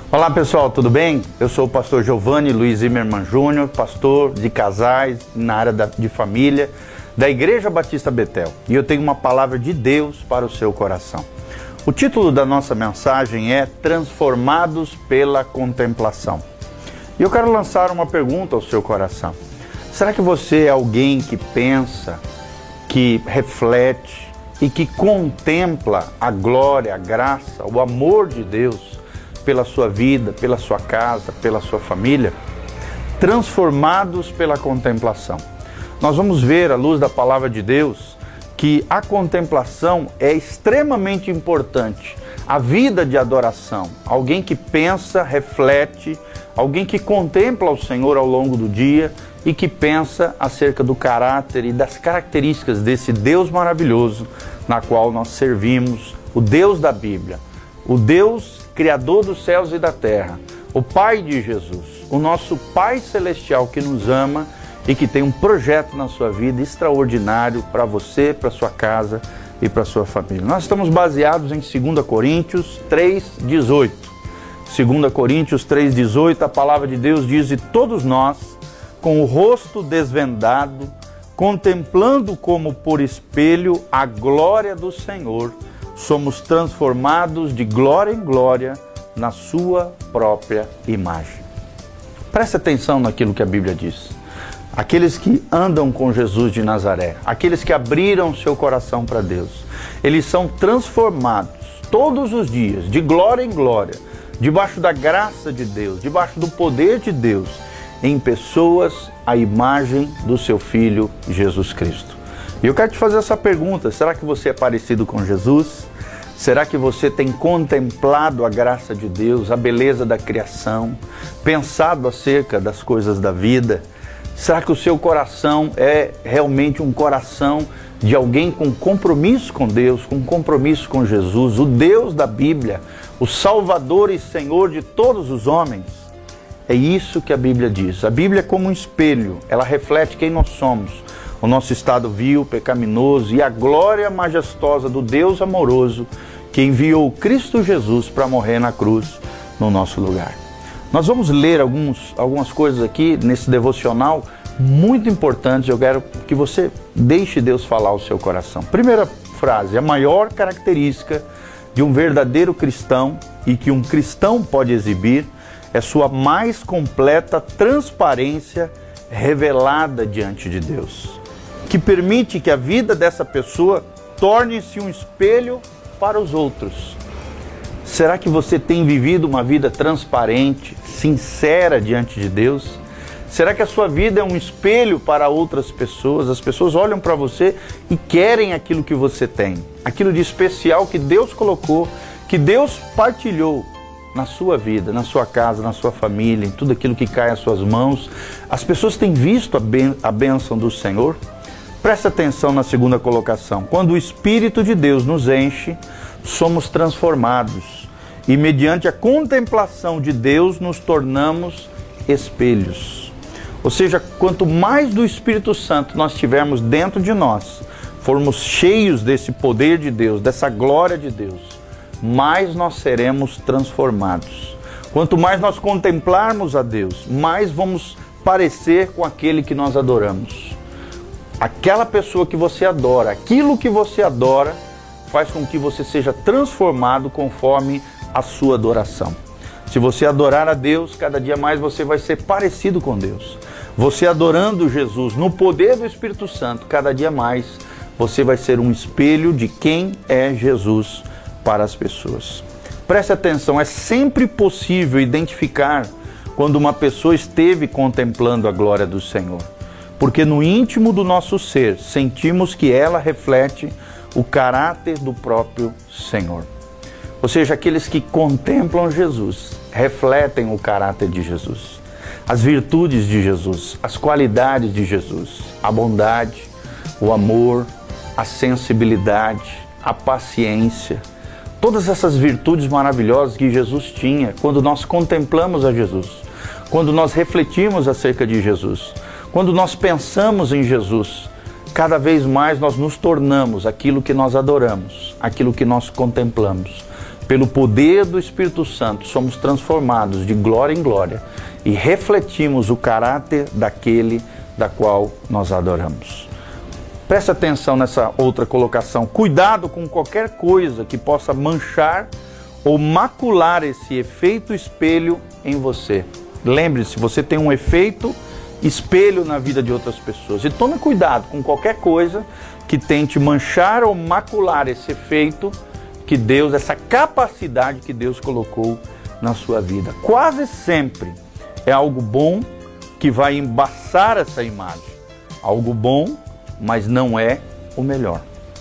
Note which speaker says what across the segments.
Speaker 1: Olá pessoal, tudo bem? Eu sou o pastor Giovanni Luiz Zimmermann Júnior, pastor de casais na área de família da Igreja Batista Betel. E eu tenho uma palavra de Deus para o seu coração. O título da nossa mensagem é Transformados pela Contemplação. E eu quero lançar uma pergunta ao seu coração. Será que você é alguém que pensa, que reflete e que contempla a glória, a graça, o amor de Deus pela sua vida, pela sua casa, pela sua família? Transformados pela contemplação. Nós vamos ver, à luz da palavra de Deus, que a contemplação é extremamente importante. A vida de adoração, alguém que pensa, reflete, alguém que contempla o Senhor ao longo do dia e que pensa acerca do caráter e das características desse Deus maravilhoso na qual nós servimos, o Deus da Bíblia, o Deus Criador dos céus e da terra, o Pai de Jesus, o nosso Pai Celestial que nos ama e que tem um projeto na sua vida extraordinário para você, para sua casa e para sua família. Nós estamos baseados em 2 Coríntios 3,18. 2 Coríntios 3,18, a palavra de Deus diz: e todos nós, com o rosto desvendado, contemplando como por espelho a glória do Senhor, somos transformados de glória em glória na sua própria imagem. Preste atenção naquilo que a Bíblia diz. Aqueles que andam com Jesus de Nazaré, aqueles que abriram seu coração para Deus, eles são transformados todos os dias, de glória em glória, debaixo da graça de Deus, debaixo do poder de Deus, em pessoas à imagem do seu Filho Jesus Cristo. E eu quero te fazer essa pergunta: será que você é parecido com Jesus? Será que você tem contemplado a graça de Deus, a beleza da criação, pensado acerca das coisas da vida? Será que o seu coração é realmente um coração de alguém com compromisso com Deus, com compromisso com Jesus, o Deus da Bíblia, o Salvador e Senhor de todos os homens? É isso que a Bíblia diz. A Bíblia é como um espelho, ela reflete quem nós somos, o nosso estado vil, pecaminoso e a glória majestosa do Deus amoroso que enviou Cristo Jesus para morrer na cruz no nosso lugar. Nós vamos ler algumas coisas aqui nesse devocional muito importantes. Eu quero que você deixe Deus falar ao seu coração. Primeira frase: a maior característica de um verdadeiro cristão e que um cristão pode exibir é sua mais completa transparência revelada diante de Deus, que permite que a vida dessa pessoa torne-se um espelho para os outros. Será que você tem vivido uma vida transparente, sincera diante de Deus? Será que a sua vida é um espelho para outras pessoas? As pessoas olham para você e querem aquilo que você tem, aquilo de especial que Deus colocou, que Deus partilhou na sua vida, na sua casa, na sua família, em tudo aquilo que cai às suas mãos. As pessoas têm visto a bênção do Senhor? Presta atenção na segunda colocação. Quando o Espírito de Deus nos enche, somos transformados e mediante a contemplação de Deus nos tornamos espelhos. Ou seja, quanto mais do Espírito Santo nós tivermos dentro de nós, formos cheios desse poder de Deus, dessa glória de Deus, mais nós seremos transformados. Quanto mais nós contemplarmos a Deus, mais vamos parecer com aquele que nós adoramos. Aquela pessoa que você adora, aquilo que você adora, faz com que você seja transformado conforme a sua adoração. Se você adorar a Deus, cada dia mais você vai ser parecido com Deus. Você adorando Jesus no poder do Espírito Santo, cada dia mais você vai ser um espelho de quem é Jesus para as pessoas. Preste atenção, é sempre possível identificar quando uma pessoa esteve contemplando a glória do Senhor, porque no íntimo do nosso ser sentimos que ela reflete o caráter do próprio Senhor. Ou seja, aqueles que contemplam Jesus refletem o caráter de Jesus, as virtudes de Jesus, as qualidades de Jesus, a bondade, o amor, a sensibilidade, a paciência, todas essas virtudes maravilhosas que Jesus tinha quando nós contemplamos a Jesus, quando nós refletimos acerca de Jesus, quando nós pensamos em Jesus. Cada vez mais nós nos tornamos aquilo que nós adoramos, aquilo que nós contemplamos. pelo poder do Espírito Santo, somos transformados de glória em glória e refletimos o caráter daquele da qual nós adoramos. Preste atenção nessa outra colocação. Cuidado com qualquer coisa que possa manchar ou macular esse efeito espelho em você. Lembre-se, você tem um efeito espelho na vida de outras pessoas. E tome cuidado com qualquer coisa que tente manchar ou macular esse efeito que Deus, essa capacidade que Deus colocou na sua vida. Quase sempre é algo bom que vai embaçar essa imagem. Algo bom, mas não é o melhor.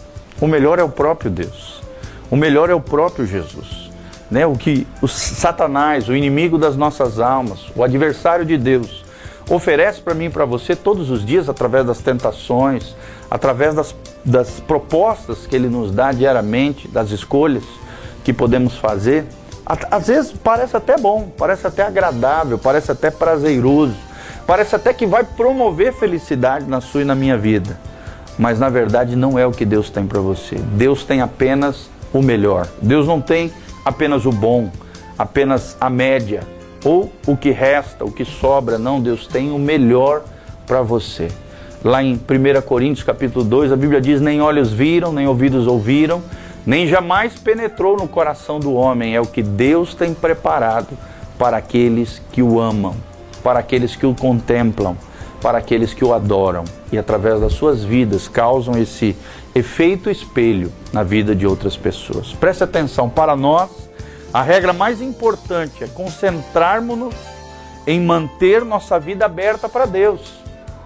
Speaker 1: O melhor é o próprio Deus. O melhor é o próprio Jesus. Né? O que o Satanás, o inimigo das nossas almas, o adversário de Deus, oferece para mim e para você todos os dias, através das tentações, através das propostas que ele nos dá diariamente, das escolhas que podemos fazer. Às vezes parece até bom, parece até agradável, parece até prazeroso, parece até que vai promover felicidade na sua e na minha vida. Mas na verdade não é o que Deus tem para você. Deus tem apenas o melhor. Deus não tem apenas o bom, apenas a média, ou o que resta, o que sobra. Não, Deus tem o melhor para você. Lá em 1 Coríntios capítulo 2, a Bíblia diz: nem olhos viram, nem ouvidos ouviram, nem jamais penetrou no coração do homem. É o que Deus tem preparado para aqueles que o amam, para aqueles que o contemplam, para aqueles que o adoram. E através das suas vidas causam esse efeito espelho na vida de outras pessoas. Preste atenção, para nós, a regra mais importante é concentrarmos-nos em manter nossa vida aberta para Deus.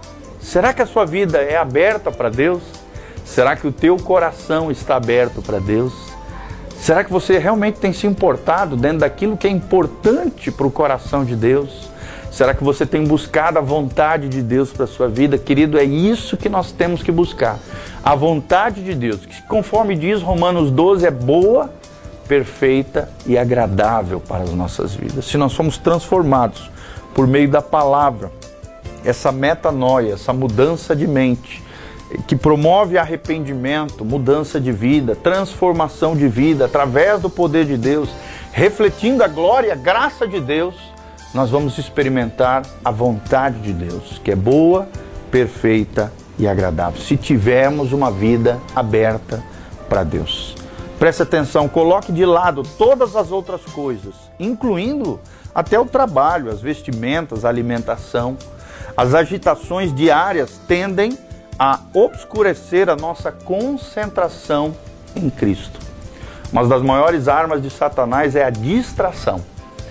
Speaker 1: Será que a sua vida é aberta para Deus? Será que o teu coração está aberto para Deus? Será que você realmente tem se importado dentro daquilo que é importante para o coração de Deus? Será que você tem buscado a vontade de Deus para a sua vida? Querido, é isso que nós temos que buscar. A vontade de Deus, que conforme diz Romanos 12, é boa, perfeita e agradável para as nossas vidas. Se nós somos transformados por meio da palavra, essa metanoia, essa mudança de mente, que promove arrependimento, mudança de vida, transformação de vida, através do poder de Deus, refletindo a glória, a graça de Deus, nós vamos experimentar a vontade de Deus, que é boa, perfeita e agradável, se tivermos uma vida aberta para Deus. Preste atenção, coloque de lado todas as outras coisas, incluindo até o trabalho, as vestimentas, a alimentação. As agitações diárias tendem a obscurecer a nossa concentração em Cristo. Uma das maiores armas de Satanás é a distração.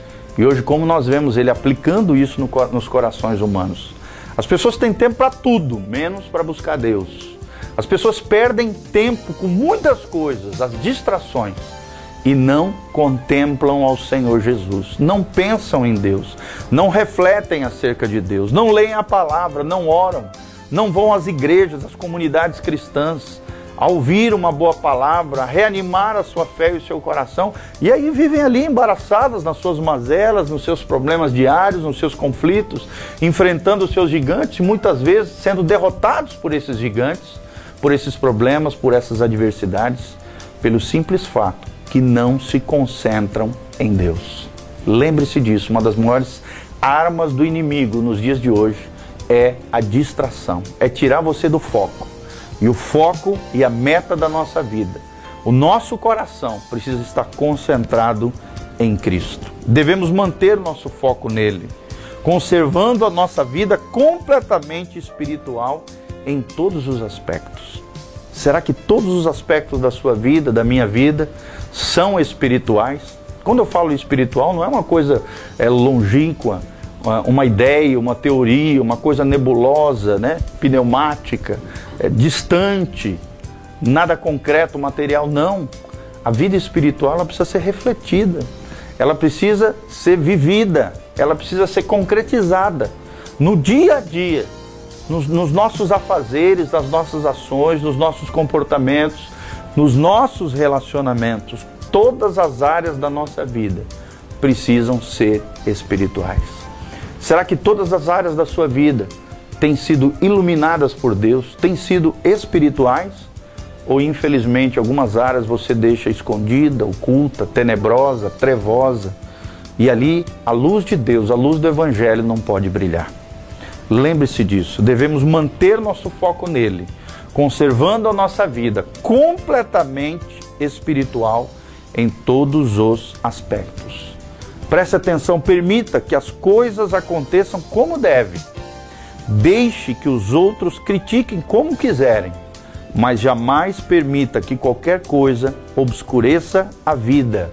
Speaker 1: E hoje, como nós vemos ele aplicando isso nos corações humanos? As pessoas têm tempo para tudo, menos para buscar Deus. As pessoas perdem tempo com muitas coisas, as distrações, e não contemplam ao Senhor Jesus, não pensam em Deus, não refletem acerca de Deus, não leem a palavra, não oram, não vão às igrejas, às comunidades cristãs, a ouvir uma boa palavra, a reanimar a sua fé e o seu coração, e aí vivem ali embaraçadas nas suas mazelas, nos seus problemas diários, nos seus conflitos, enfrentando os seus gigantes, muitas vezes sendo derrotados por esses gigantes, por esses problemas, por essas adversidades, pelo simples fato que não se concentram em Deus. Lembre-se disso, uma das maiores armas do inimigo nos dias de hoje é a distração, é tirar você do foco. E o foco e a meta da nossa vida, o nosso coração precisa estar concentrado em Cristo. Devemos manter nosso foco nele, conservando a nossa vida completamente espiritual em todos os aspectos. Será que todos os aspectos da sua vida, da minha vida, são espirituais? Quando eu falo espiritual, não é uma coisa longínqua, uma ideia, uma teoria, uma coisa nebulosa, né? Pneumática, distante, nada concreto, material, não. A vida espiritual ela precisa ser refletida, ela precisa ser vivida, ela precisa ser concretizada no dia a dia, nos nossos afazeres, nas nossas ações, nos nossos comportamentos, nos nossos relacionamentos. Todas as áreas da nossa vida precisam ser espirituais. Será que todas as áreas da sua vida têm sido iluminadas por Deus, têm sido espirituais? ou infelizmente algumas áreas você deixa escondida, oculta, tenebrosa, trevosa, e ali a luz de Deus, a luz do Evangelho não pode brilhar. Lembre-se disso, devemos manter nosso foco nele, conservando a nossa vida completamente espiritual em todos os aspectos. Preste atenção, permita que as coisas aconteçam como deve. Deixe que os outros critiquem como quiserem, mas jamais permita que qualquer coisa obscureça a vida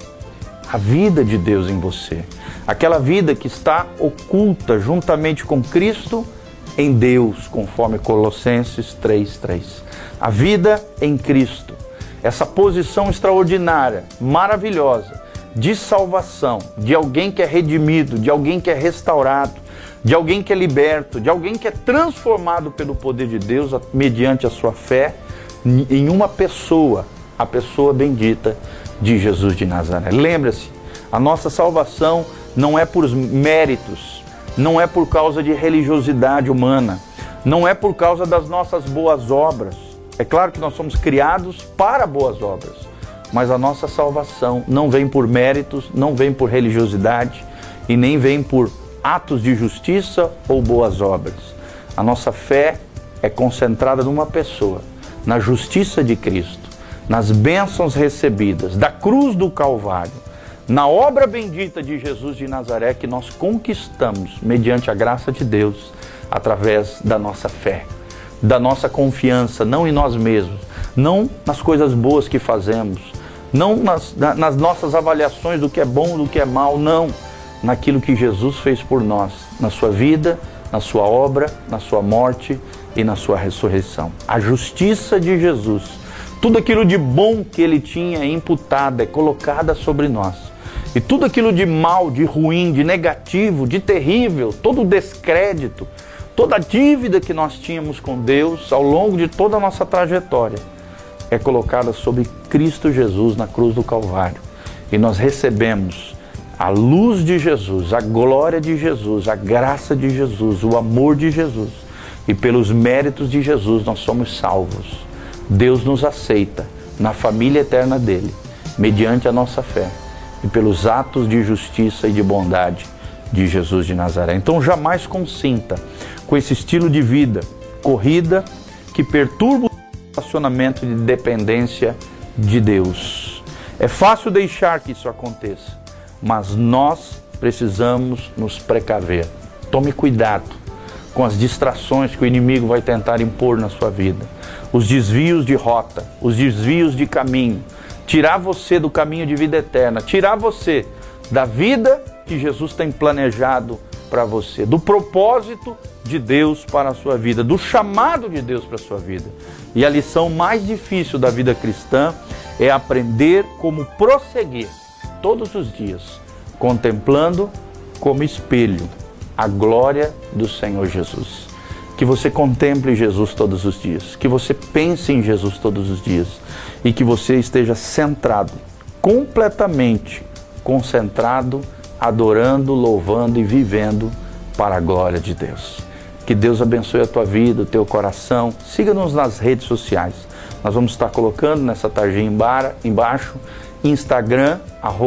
Speaker 1: de Deus em você. Aquela vida que está oculta juntamente com Cristo em Deus, conforme Colossenses 3:3. A vida em Cristo, essa posição extraordinária, maravilhosa, de salvação, de alguém que é redimido, de alguém que é restaurado, de alguém que é liberto, de alguém que é transformado pelo poder de Deus mediante a sua fé em uma pessoa, a pessoa bendita de Jesus de Nazaré. Lembre-se, a nossa salvação não é por méritos, não é por causa de religiosidade humana, não é por causa das nossas boas obras. É claro que nós somos criados para boas obras, mas a nossa salvação não vem por méritos, não vem por religiosidade e nem vem por atos de justiça ou boas obras. A nossa fé é concentrada numa pessoa, na justiça de Cristo, nas bênçãos recebidas, da cruz do Calvário, na obra bendita de Jesus de Nazaré que nós conquistamos mediante a graça de Deus, através da nossa fé, da nossa confiança, não em nós mesmos, não nas coisas boas que fazemos, não nas nossas avaliações do que é bom, do que é mal, não, naquilo que Jesus fez por nós, na sua vida, na sua obra, na sua morte e na sua ressurreição. A justiça de Jesus, tudo aquilo de bom que ele tinha é imputado, é colocada sobre nós. E tudo aquilo de mal, de ruim, de negativo, de terrível, todo o descrédito, toda a dívida que nós tínhamos com Deus ao longo de toda a nossa trajetória, é colocada sobre Cristo Jesus na cruz do Calvário. E nós recebemos a luz de Jesus, a glória de Jesus, a graça de Jesus, o amor de Jesus. E pelos méritos de Jesus nós somos salvos. Deus nos aceita na família eterna dele, mediante a nossa fé e pelos atos de justiça e de bondade de Jesus de Nazaré. Então jamais consinta com esse estilo de vida corrida que perturba o relacionamento de dependência de Deus. É fácil deixar que isso aconteça, mas nós precisamos nos precaver. Tome cuidado com as distrações que o inimigo vai tentar impor na sua vida, os desvios de rota, os desvios de caminho, tirar você do caminho de vida eterna, tirar você da vida que Jesus tem planejado para você, do propósito de Deus para a sua vida, do chamado de Deus para a sua vida. E a lição mais difícil da vida cristã é aprender como prosseguir todos os dias, contemplando como espelho a glória do Senhor Jesus. Que você contemple Jesus todos os dias, que você pense em Jesus todos os dias e que você esteja centrado, completamente concentrado, adorando, louvando e vivendo para a glória de Deus. Que Deus abençoe a tua vida, o teu coração. Siga-nos nas redes sociais. Nós vamos estar colocando nessa tarjinha embaixo, Instagram,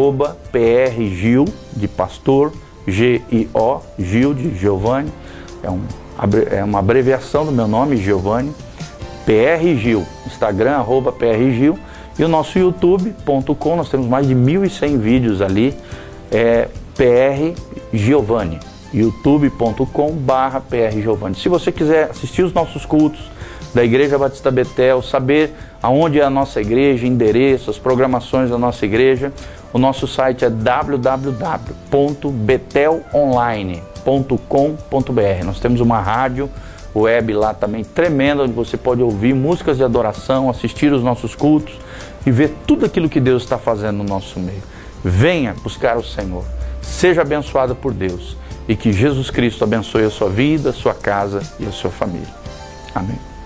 Speaker 1: @PRGil, de pastor, G-I-O, Gil de Giovanni, é uma abreviação do meu nome, Giovanni, PRGil, Instagram, @PRGil, e o nosso youtube.com, nós temos mais de 1.100 vídeos ali, PR Giovanni, youtube.com/PR Giovanni. Se você quiser assistir os nossos cultos da Igreja Batista Betel, saber aonde é a nossa igreja, endereço, as programações da nossa igreja, o nosso site é www.betelonline.com.br. Nós temos uma rádio web lá também tremenda, onde você pode ouvir músicas de adoração, assistir os nossos cultos e ver tudo aquilo que Deus está fazendo no nosso meio. Venha buscar o Senhor, seja abençoado por Deus e que Jesus Cristo abençoe a sua vida, a sua casa e a sua família. Amém.